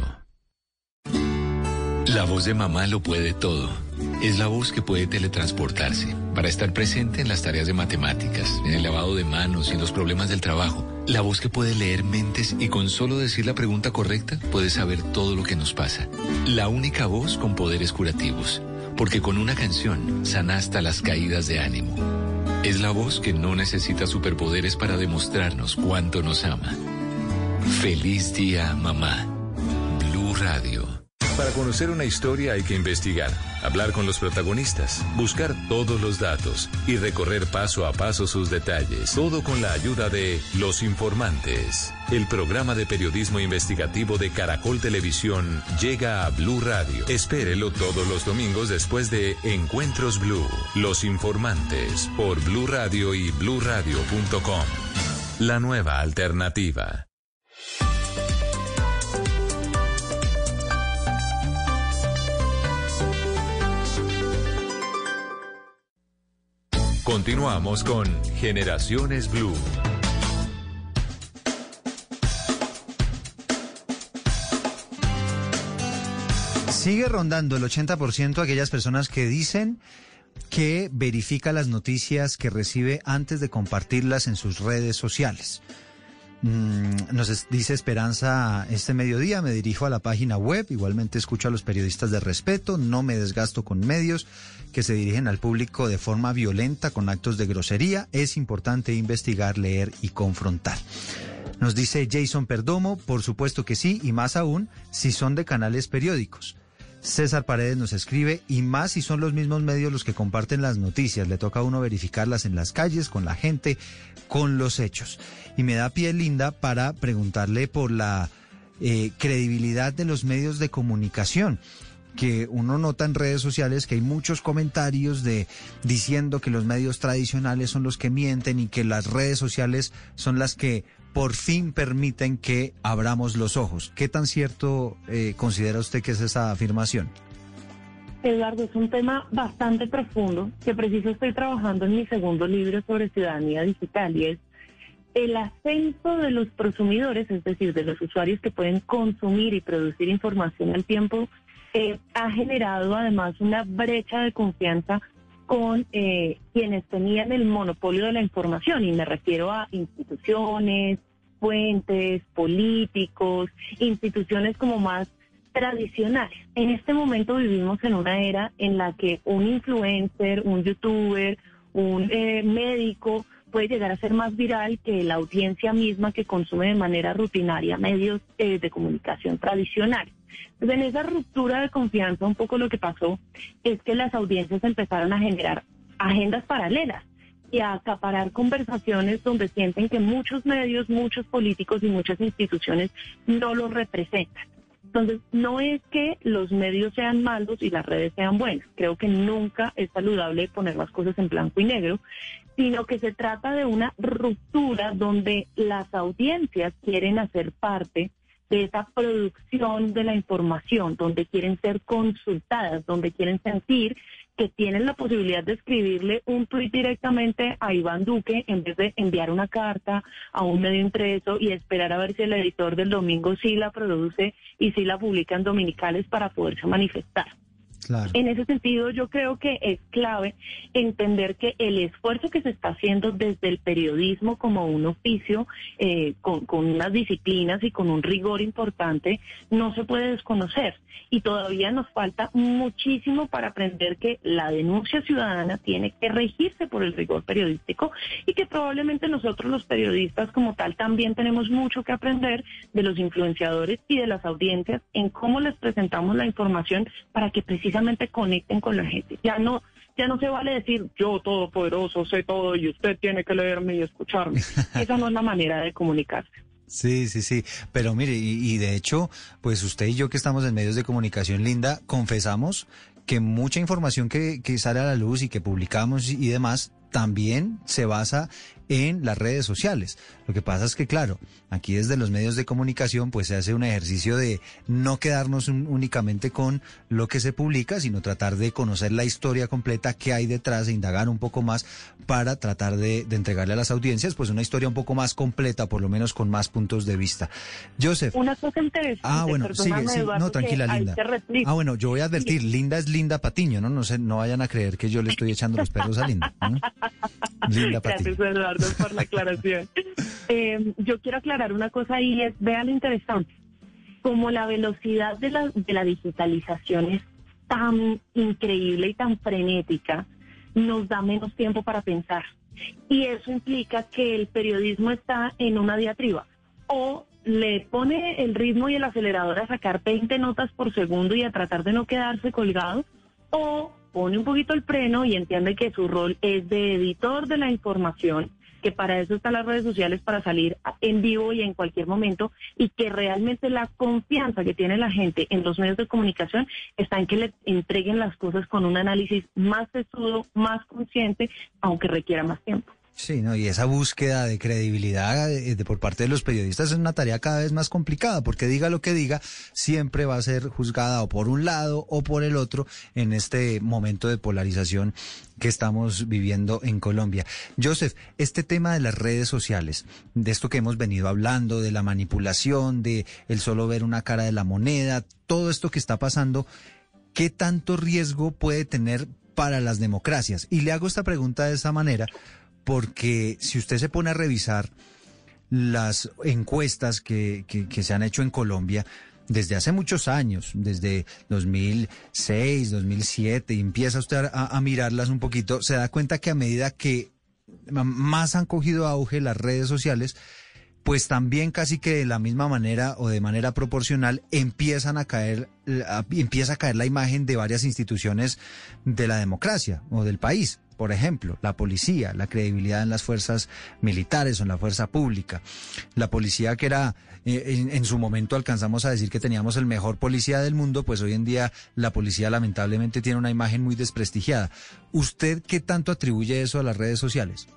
La voz de mamá lo puede todo. Es la voz que puede teletransportarse para estar presente en las tareas de matemáticas, en el lavado de manos y en los problemas del trabajo. La voz que puede leer mentes y con solo decir la pregunta correcta puede saber todo lo que nos pasa. La única voz con poderes curativos. Porque con una canción sana hasta las caídas de ánimo. Es la voz que no necesita superpoderes para demostrarnos cuánto nos ama. Feliz día, mamá. Blue Radio. Para conocer una historia hay que investigar, hablar con los protagonistas, buscar todos los datos y recorrer paso a paso sus detalles. Todo con la ayuda de Los Informantes. El programa de periodismo investigativo de Caracol Televisión llega a Blue Radio. Espérelo todos los domingos después de Encuentros Blue. Los Informantes por Blue Radio y blue radio punto com. La nueva alternativa. Continuamos con Generaciones Blue. Sigue rondando el ochenta por ciento aquellas personas que dicen que verifica las noticias que recibe antes de compartirlas en sus redes sociales. Mm, nos dice Esperanza, este mediodía me dirijo a la página web, igualmente escucho a los periodistas de respeto, no me desgasto con medios que se dirigen al público de forma violenta con actos de grosería, es importante investigar, leer y confrontar. Nos dice Jason Perdomo, por supuesto que sí, y más aún si son de canales periódicos. César Paredes nos escribe, y más si son los mismos medios los que comparten las noticias, le toca a uno verificarlas en las calles, con la gente, con los hechos. Y me da pie, Linda, para preguntarle por la eh, credibilidad de los medios de comunicación, que uno nota en redes sociales que hay muchos comentarios de diciendo que los medios tradicionales son los que mienten y que las redes sociales son las que por fin permiten que abramos los ojos. ¿Qué tan cierto eh, considera usted que es esa afirmación? Eduardo, es un tema bastante profundo que preciso estoy trabajando en mi segundo libro sobre ciudadanía digital, y es el ascenso de los prosumidores, es decir, de los usuarios que pueden consumir y producir información al tiempo, eh, ha generado además una brecha de confianza con eh, quienes tenían el monopolio de la información, y me refiero a instituciones, fuentes, políticos, instituciones como más tradicionales. En este momento vivimos en una era en la que un influencer, un youtuber, un eh, médico puede llegar a ser más viral que la audiencia misma que consume de manera rutinaria medios eh, de comunicación tradicionales. Entonces, en esa ruptura de confianza, un poco lo que pasó es que las audiencias empezaron a generar agendas paralelas y a acaparar conversaciones donde sienten que muchos medios, muchos políticos y muchas instituciones no los representan. Entonces, no es que los medios sean malos y las redes sean buenas. Creo que nunca es saludable poner las cosas en blanco y negro, sino que se trata de una ruptura donde las audiencias quieren hacer parte de esa producción de la información, donde quieren ser consultadas, donde quieren sentir que tienen la posibilidad de escribirle un tuit directamente a Iván Duque en vez de enviar una carta a un medio impreso y esperar a ver si el editor del domingo sí la produce y sí la publica en dominicales para poderse manifestar. Claro. En ese sentido, yo creo que es clave entender que el esfuerzo que se está haciendo desde el periodismo como un oficio, eh, con, con unas disciplinas y con un rigor importante, no se puede desconocer. Y todavía nos falta muchísimo para aprender que la denuncia ciudadana tiene que regirse por el rigor periodístico y que probablemente nosotros los periodistas como tal también tenemos mucho que aprender de los influenciadores y de las audiencias en cómo les presentamos la información para que precisamente conecten con la gente. Ya no, ya no se vale decir yo todopoderoso sé todo y usted tiene que leerme y escucharme. Esa no es la manera de comunicarse. Sí, sí, sí, pero mire, y, y de hecho, pues usted y yo que estamos en medios de comunicación, Linda, confesamos que mucha información que, que sale a la luz y que publicamos y demás también se basa en las redes sociales. Lo que pasa es que, claro, aquí desde los medios de comunicación pues se hace un ejercicio de no quedarnos un, únicamente con lo que se publica, sino tratar de conocer la historia completa que hay detrás e indagar un poco más para tratar de, de entregarle a las audiencias pues una historia un poco más completa, por lo menos con más puntos de vista. Joseph. Una cosa interesante. Ah, bueno, sigue, sí, no, tranquila, Linda. Ah, bueno, yo voy a advertir, sí. Linda es Linda Patiño, ¿no? No sé, no vayan a creer que yo le estoy echando los perros a Linda, ¿no? Linda Patiño. Gracias, Eduardo, por la aclaración. Eh, yo quiero aclarar una cosa y es, vean lo interesante, como la velocidad de la, de la digitalización es tan increíble y tan frenética, nos da menos tiempo para pensar. Y eso implica que el periodismo está en una diatriba. O le pone el ritmo y el acelerador a sacar veinte notas por segundo y a tratar de no quedarse colgado, o pone un poquito el freno y entiende que su rol es de editor de la información, que para eso están las redes sociales, para salir en vivo y en cualquier momento, y que realmente la confianza que tiene la gente en los medios de comunicación está en que le entreguen las cosas con un análisis más sesudo, más consciente, aunque requiera más tiempo. Sí, no, y esa búsqueda de credibilidad de, de por parte de los periodistas es una tarea cada vez más complicada, porque diga lo que diga, siempre va a ser juzgada o por un lado o por el otro en este momento de polarización que estamos viviendo en Colombia. Joseph, este tema de las redes sociales, de esto que hemos venido hablando, de la manipulación, de el solo ver una cara de la moneda, todo esto que está pasando, ¿qué tanto riesgo puede tener para las democracias? Y le hago esta pregunta de esa manera porque si usted se pone a revisar las encuestas que, que, que se han hecho en Colombia desde hace muchos años, desde dos mil seis, dos mil siete, y empieza usted a, a mirarlas un poquito, se da cuenta que a medida que más han cogido auge las redes sociales, pues también casi que de la misma manera o de manera proporcional empiezan a caer, empieza a caer la imagen de varias instituciones de la democracia o del país. Por ejemplo, la policía, la credibilidad en las fuerzas militares o en la fuerza pública. La policía que era, eh, en, en su momento alcanzamos a decir que teníamos el mejor policía del mundo, pues hoy en día la policía lamentablemente tiene una imagen muy desprestigiada. ¿Usted qué tanto atribuye eso a las redes sociales?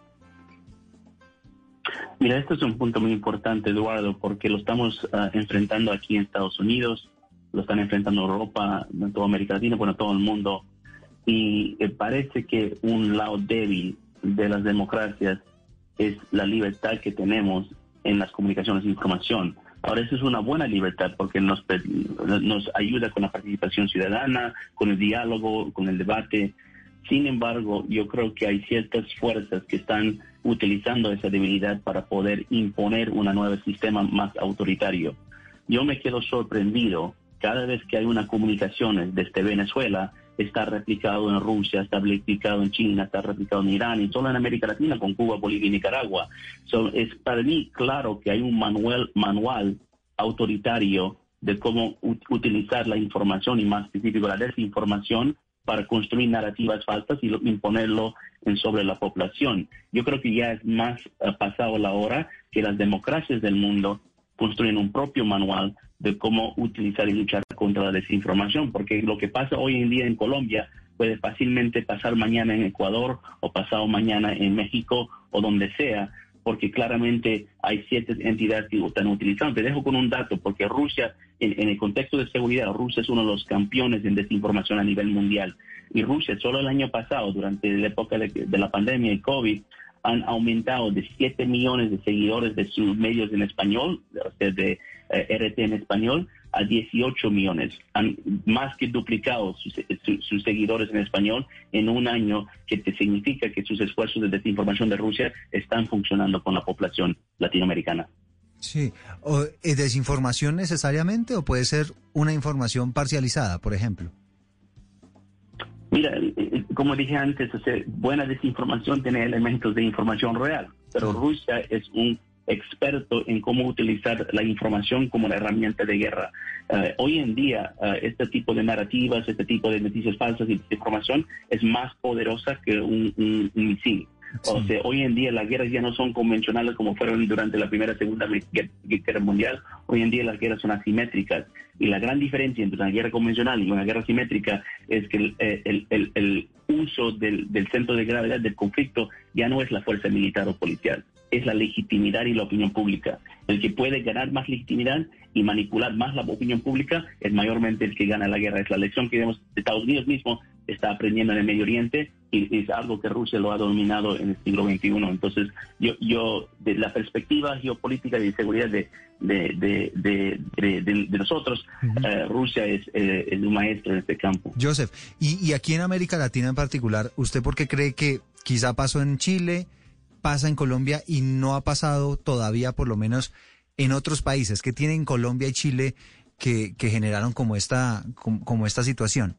Mira, esto es un punto muy importante, Eduardo, porque lo estamos uh, enfrentando aquí en Estados Unidos, lo están enfrentando en Europa, en toda América Latina, bueno, todo el mundo. Y eh, parece que un lado débil de las democracias es la libertad que tenemos en las comunicaciones e información. Ahora, eso es una buena libertad porque nos, nos ayuda con la participación ciudadana, con el diálogo, con el debate. Sin embargo, yo creo que hay ciertas fuerzas que están utilizando esa debilidad para poder imponer un nuevo sistema más autoritario. Yo me quedo sorprendido cada vez que hay una comunicación desde Venezuela. Está replicado en Rusia, está replicado en China, está replicado en Irán y solo en América Latina con Cuba, Bolivia y Nicaragua. So, es para mí claro que hay un manual, manual autoritario de cómo u- utilizar la información y más específico la desinformación para construir narrativas falsas y lo, imponerlo en sobre la población. Yo creo que ya es más uh, pasado la hora que las democracias del mundo construyen un propio manual de cómo utilizar y luchar contra la desinformación, porque lo que pasa hoy en día en Colombia puede fácilmente pasar mañana en Ecuador o pasado mañana en México o donde sea, porque claramente hay siete entidades que están utilizando. Te dejo con un dato, porque Rusia, en, en el contexto de seguridad, Rusia es uno de los campeones en desinformación a nivel mundial. Y Rusia, solo el año pasado, durante la época de, de la pandemia y COVID, han aumentado de siete millones de seguidores de sus medios en español, o sea, de eh, R T en español, a dieciocho millones. Han más que duplicado sus, sus, sus seguidores en español en un año, que te significa que sus esfuerzos de desinformación de Rusia están funcionando con la población latinoamericana. Sí. O, ¿es desinformación necesariamente o puede ser una información parcializada, por ejemplo? Mira, como dije antes, o sea, buena desinformación tiene elementos de información real, pero sí. Rusia es un experto en cómo utilizar la información como una herramienta de guerra. Uh, hoy en día, uh, este tipo de narrativas, este tipo de noticias falsas y desinformación es más poderosa que un, un, un misil. Sí. O sea, hoy en día las guerras ya no son convencionales como fueron durante la Primera y Segunda Guerra Mundial. Hoy en día las guerras son asimétricas. Y la gran diferencia entre una guerra convencional y una guerra asimétrica es que el, el, el, el uso del, del centro de gravedad del conflicto ya no es la fuerza militar o policial, es la legitimidad y la opinión pública. El que puede ganar más legitimidad y manipular más la opinión pública es mayormente el que gana la guerra. Es la lección que vemos de Estados Unidos mismo está aprendiendo en el Medio Oriente y es algo que Rusia lo ha dominado en el siglo veintiuno. Entonces, yo, yo de la perspectiva geopolítica y de seguridad de, de, de, de, de, de, de nosotros, uh-huh. eh, Rusia es, eh, es un maestro en este campo. Joseph, y, y aquí en América Latina en particular, ¿usted por qué cree que quizá pasó en Chile, pasa en Colombia y no ha pasado todavía, por lo menos en otros países que tienen Colombia y Chile que, que generaron como esta, como, como esta situación?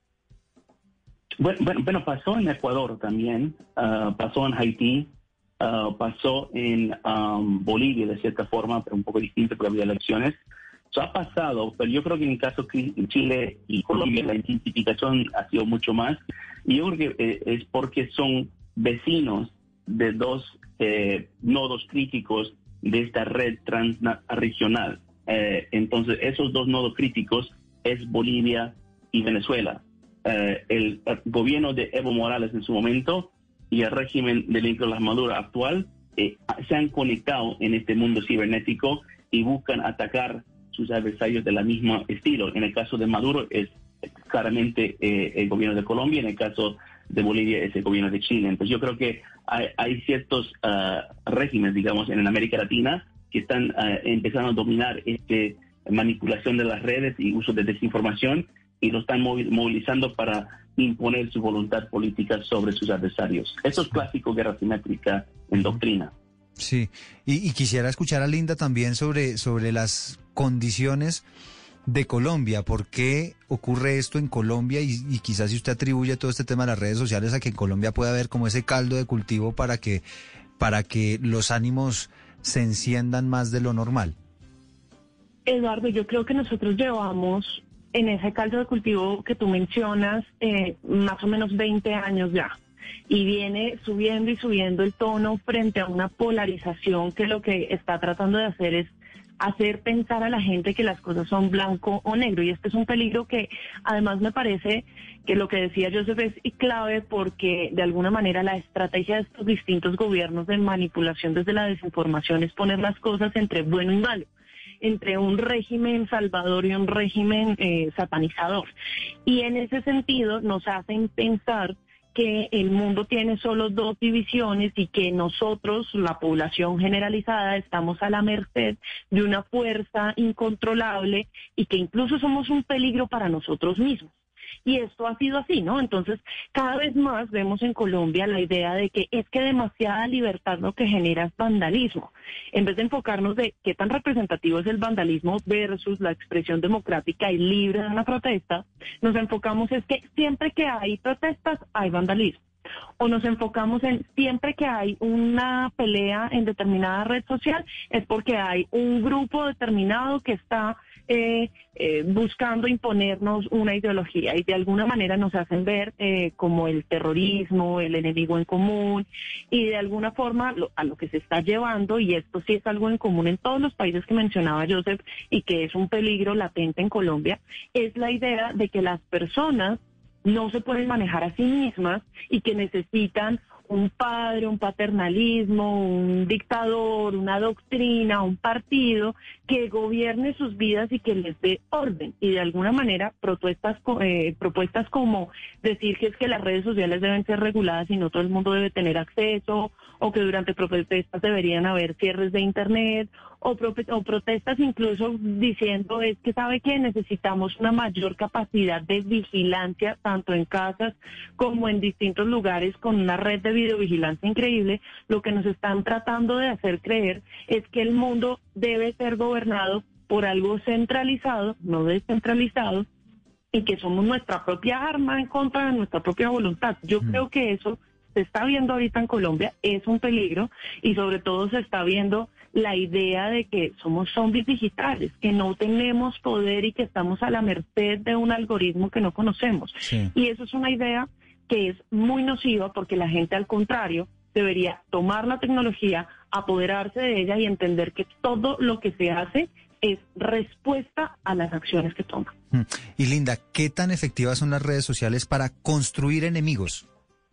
Bueno, bueno, bueno, pasó en Ecuador también, uh, pasó en Haití, uh, pasó en um, Bolivia de cierta forma, pero un poco distinto porque había elecciones. Eso ha pasado, pero yo creo que en el caso de Chile y Colombia la intensificación ha sido mucho más. Y yo creo que eh, es porque son vecinos de dos eh, nodos críticos de esta red transregional. Eh, entonces, esos dos nodos críticos es Bolivia y Venezuela. Eh, el, el gobierno de Evo Morales en su momento y el régimen de Nicolás Maduro actual eh, se han conectado en este mundo cibernético y buscan atacar sus adversarios de la misma estilo. En el caso de Maduro es claramente eh, el gobierno de Colombia, en el caso de Bolivia es el gobierno de Chile. Entonces yo creo que hay, hay ciertos uh, regímenes, digamos, en América Latina que están uh, empezando a dominar esta manipulación de las redes y uso de desinformación y lo están movilizando para imponer su voluntad política sobre sus adversarios. Eso es clásico guerra simétrica en doctrina. Sí, y, y quisiera escuchar a Linda también sobre, sobre las condiciones de Colombia. ¿Por qué ocurre esto en Colombia? Y, y quizás si usted atribuye todo este tema de las redes sociales a que en Colombia puede haber como ese caldo de cultivo para que, para que los ánimos se enciendan más de lo normal. Eduardo, yo creo que nosotros llevamos en ese caldo de cultivo que tú mencionas eh, más o menos veinte años ya. Y viene subiendo y subiendo el tono frente a una polarización que lo que está tratando de hacer es hacer pensar a la gente que las cosas son blanco o negro. Y este es un peligro que además me parece que lo que decía Joseph es clave porque de alguna manera la estrategia de estos distintos gobiernos de manipulación desde la desinformación es poner las cosas entre bueno y malo, entre un régimen salvador y un régimen eh, satanizador. Y en ese sentido nos hacen pensar que el mundo tiene solo dos divisiones y que nosotros, la población generalizada, estamos a la merced de una fuerza incontrolable y que incluso somos un peligro para nosotros mismos. Y esto ha sido así, ¿no? Entonces, cada vez más vemos en Colombia la idea de que es que demasiada libertad lo que genera es vandalismo. En vez de enfocarnos de qué tan representativo es el vandalismo versus la expresión democrática y libre de una protesta, nos enfocamos es que siempre que hay protestas hay vandalismo. O nos enfocamos en siempre que hay una pelea en determinada red social es porque hay un grupo determinado que está eh, eh, buscando imponernos una ideología y de alguna manera nos hacen ver eh, como el terrorismo, el enemigo en común y de alguna forma lo, a lo que se está llevando, y esto sí es algo en común en todos los países que mencionaba Joseph y que es un peligro latente en Colombia, es la idea de que las personas no se pueden manejar a sí mismas y que necesitan un padre, un paternalismo, un dictador, una doctrina, un partido que gobierne sus vidas y que les dé orden. Y de alguna manera propuestas, eh, propuestas como decir que es que las redes sociales deben ser reguladas y no todo el mundo debe tener acceso, o que durante protestas deberían haber cierres de internet, o, pro, o protestas incluso diciendo es que sabe que necesitamos una mayor capacidad de vigilancia tanto en casas como en distintos lugares con una red de videovigilancia increíble. Lo que nos están tratando de hacer creer es que el mundo debe ser gobernado por algo centralizado, no descentralizado, y que somos nuestra propia arma en contra de nuestra propia voluntad. Yo mm. creo que eso se está viendo ahorita en Colombia, es un peligro, y sobre todo se está viendo la idea de que somos zombies digitales, que no tenemos poder y que estamos a la merced de un algoritmo que no conocemos. Sí. Y eso es una idea que es muy nociva, porque la gente, al contrario, debería tomar la tecnología, apoderarse de ella y entender que todo lo que se hace es respuesta a las acciones que toma. Y Linda, ¿qué tan efectivas son las redes sociales para construir enemigos?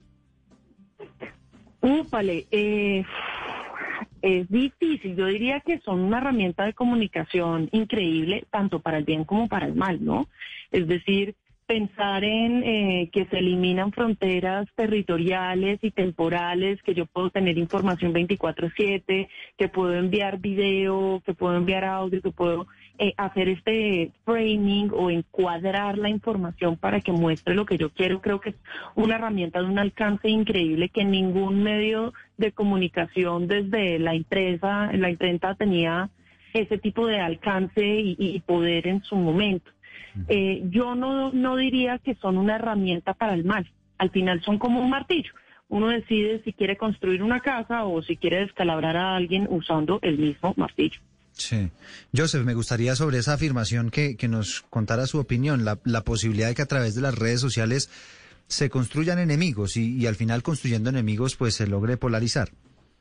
Úpale, eh, es difícil. Yo diría que son una herramienta de comunicación increíble, tanto para el bien como para el mal, ¿no? Es decir, pensar en eh, que se eliminan fronteras territoriales y temporales, que yo puedo tener información veinticuatro siete, que puedo enviar video, que puedo enviar audio, que puedo eh, hacer este framing o encuadrar la información para que muestre lo que yo quiero. Creo que es una herramienta de un alcance increíble que ningún medio de comunicación desde la impresa, la imprenta tenía ese tipo de alcance y, y poder en su momento. Eh, yo no, no diría que son una herramienta para el mal. Al final son como un martillo. Uno decide si quiere construir una casa o si quiere descalabrar a alguien usando el mismo martillo. Sí. Joseph, me gustaría sobre esa afirmación que, que nos contara su opinión, la, la posibilidad de que a través de las redes sociales se construyan enemigos y, y al final construyendo enemigos pues se logre polarizar.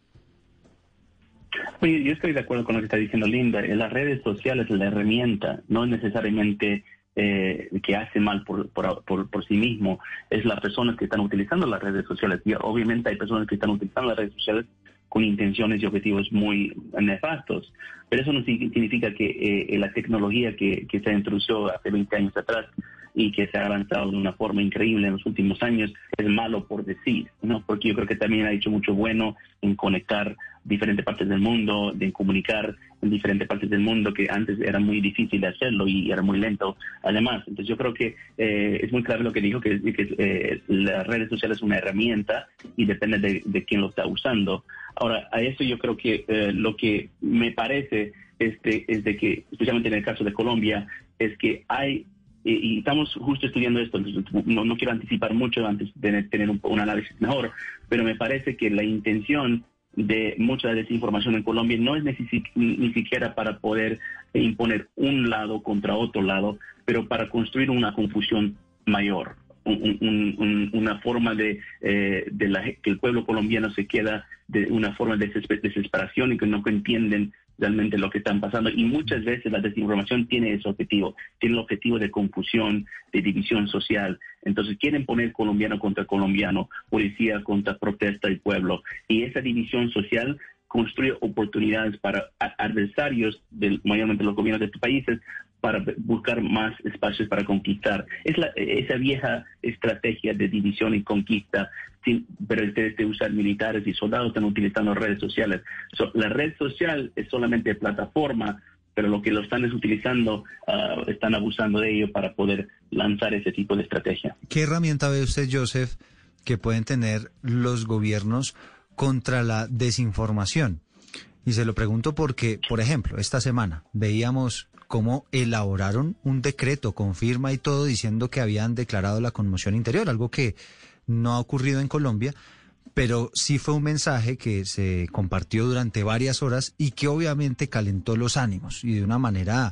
Oye, yo estoy de acuerdo con lo que está diciendo Linda. Las redes sociales, la herramienta, no es necesariamente eh, que hace mal por, por, por, por sí mismo, es las personas que están utilizando las redes sociales. Y obviamente hay personas que están utilizando las redes sociales con intenciones y objetivos muy nefastos. Pero eso no significa que eh, la tecnología que, que se introdujo hace veinte años atrás y que se ha avanzado de una forma increíble en los últimos años es malo por decir, ¿no? Porque yo creo que también ha hecho mucho bueno en conectar diferentes partes del mundo, de comunicar en diferentes partes del mundo, que antes era muy difícil de hacerlo y era muy lento además. Entonces yo creo que eh, es muy claro lo que dijo, que, que eh, las redes sociales es una herramienta y depende de, de quién lo está usando. Ahora, a eso yo creo que eh, lo que me parece este, es de que, especialmente en el caso de Colombia, es que hay, y, y estamos justo estudiando esto, no, no quiero anticipar mucho antes de tener un, un análisis mejor, pero me parece que la intención de mucha desinformación en Colombia no es ni, ni siquiera para poder imponer un lado contra otro lado, pero para construir una confusión mayor, un, un, un, una forma de, eh, de la, que el pueblo colombiano se queda de una forma de desesperación y que no entienden realmente lo que están pasando. Y muchas veces la desinformación tiene ese objetivo, tiene el objetivo de confusión, de división social. Entonces quieren poner colombiano contra colombiano, policía contra protesta del pueblo. Y esa división social construye oportunidades para adversarios, del, mayormente los gobiernos de estos países, para buscar más espacios para conquistar. Es la, esa vieja estrategia de división y conquista, sin, pero en vez de usar militares y soldados están utilizando redes sociales. So, la red social es solamente plataforma, pero lo que lo están es utilizando, uh, están abusando de ello para poder lanzar ese tipo de estrategia. ¿Qué herramienta ve usted, Joseph, que pueden tener los gobiernos contra la desinformación? Y se lo pregunto porque, por ejemplo, esta semana veíamos cómo elaboraron un decreto con firma y todo diciendo que habían declarado la conmoción interior, algo que no ha ocurrido en Colombia, pero sí fue un mensaje que se compartió durante varias horas y que obviamente calentó los ánimos y de una manera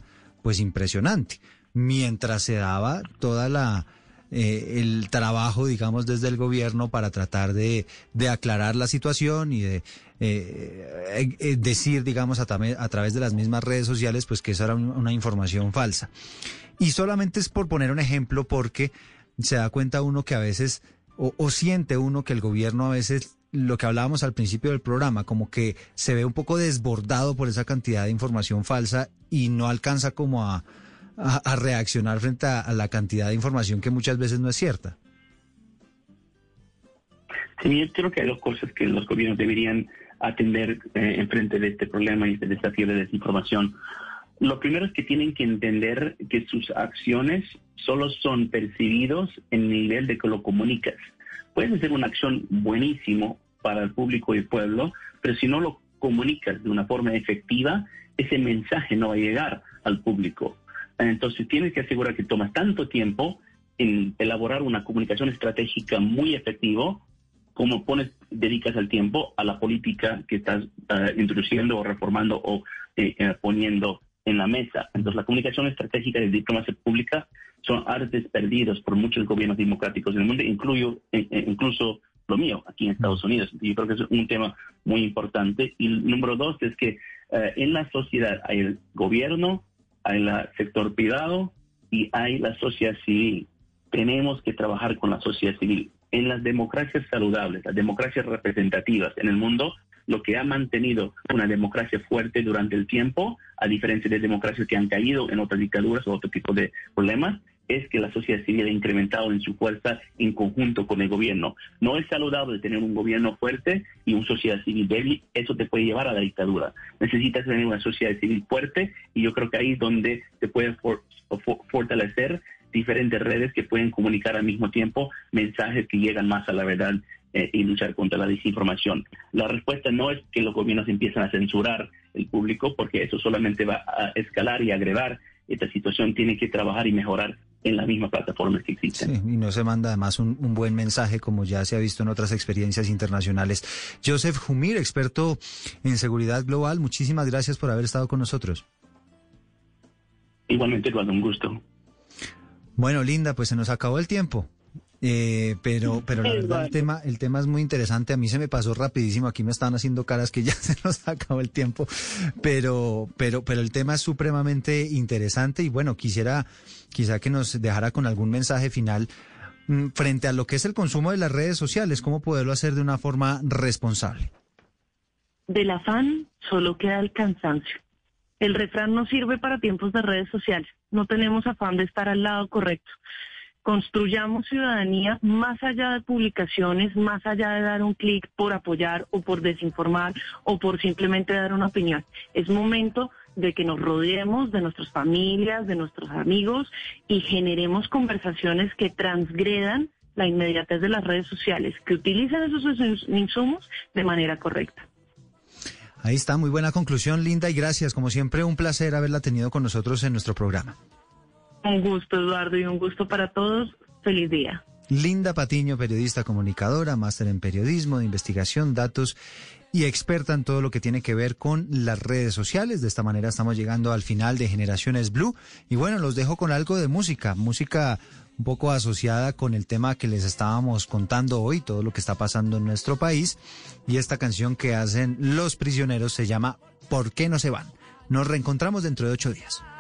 pues impresionante, mientras se daba toda la eh, el trabajo, digamos, desde el gobierno para tratar de, de aclarar la situación y de eh, eh, decir, digamos, a, a través de las mismas redes sociales, pues que esa era un, una información falsa. Y solamente es por poner un ejemplo, porque se da cuenta uno que a veces, o, o siente uno que el gobierno a veces, lo que hablábamos al principio del programa, como que se ve un poco desbordado por esa cantidad de información falsa y no alcanza como a, a, a reaccionar frente a, a la cantidad de información que muchas veces no es cierta. Sí, yo creo que hay dos cosas que los gobiernos deberían atender eh, en frente de este problema y este desafío de desinformación. Lo primero es que tienen que entender que sus acciones solo son percibidos en el nivel de que lo comunicas. Puedes hacer una acción buenísimo para el público y el pueblo, pero si no lo comunicas de una forma efectiva, ese mensaje no va a llegar al público. Entonces tienes que asegurar que tomas tanto tiempo en elaborar una comunicación estratégica muy efectiva, como pones, dedicas el tiempo a la política que estás uh, introduciendo o reformando o eh, eh, poniendo en la mesa. Entonces la comunicación estratégica de diplomacia pública son artes perdidos por muchos gobiernos democráticos en el mundo, incluyo, eh, eh, incluso lo mío aquí en Estados Unidos. Yo creo que es un tema muy importante. Y el número dos es que eh, en la sociedad hay el gobierno, hay el sector privado y hay la sociedad civil. Tenemos que trabajar con la sociedad civil. En las democracias saludables, las democracias representativas en el mundo, lo que ha mantenido una democracia fuerte durante el tiempo, a diferencia de democracias que han caído en otras dictaduras o otro tipo de problemas, es que la sociedad civil ha incrementado en su fuerza en conjunto con el gobierno. No es saludable tener un gobierno fuerte y una sociedad civil débil. Eso te puede llevar a la dictadura. Necesitas tener una sociedad civil fuerte y yo creo que ahí es donde te puede for, for, fortalecer diferentes redes que pueden comunicar al mismo tiempo mensajes que llegan más a la verdad eh, y luchar contra la desinformación. La respuesta no es que los gobiernos empiecen a censurar el público, porque eso solamente va a escalar y agregar esta situación. Tiene que trabajar y mejorar en las mismas plataformas que existen. Sí, y no se manda además un, un buen mensaje, como ya se ha visto en otras experiencias internacionales. Joseph Humir, experto en seguridad global, muchísimas gracias por haber estado con nosotros. Igualmente, Eduardo, un gusto. Bueno, Linda, pues se nos acabó el tiempo, eh, pero pero la verdad el tema el tema es muy interesante. A mí se me pasó rapidísimo, aquí me estaban haciendo caras que ya se nos acabó el tiempo, pero pero pero el tema es supremamente interesante y bueno, quisiera quizá que nos dejara con algún mensaje final mmm, frente a lo que es el consumo de las redes sociales, cómo poderlo hacer de una forma responsable. Del afán solo queda el cansancio. El refrán no sirve para tiempos de redes sociales. No tenemos afán de estar al lado correcto. Construyamos ciudadanía más allá de publicaciones, más allá de dar un clic por apoyar o por desinformar o por simplemente dar una opinión. Es momento de que nos rodeemos de nuestras familias, de nuestros amigos y generemos conversaciones que transgredan la inmediatez de las redes sociales, que utilicen esos insumos de manera correcta. Ahí está, muy buena conclusión, Linda, y gracias. Como siempre, un placer haberla tenido con nosotros en nuestro programa. Un gusto, Eduardo, y un gusto para todos. Feliz día. Linda Patiño, periodista comunicadora, máster en periodismo, de investigación, datos y experta en todo lo que tiene que ver con las redes sociales. De esta manera estamos llegando al final de Generaciones Blue. Y bueno, los dejo con algo de música, música un poco asociada con el tema que les estábamos contando hoy, todo lo que está pasando en nuestro país. Y esta canción que hacen Los Prisioneros se llama ¿Por qué no se van? Nos reencontramos dentro de ocho días.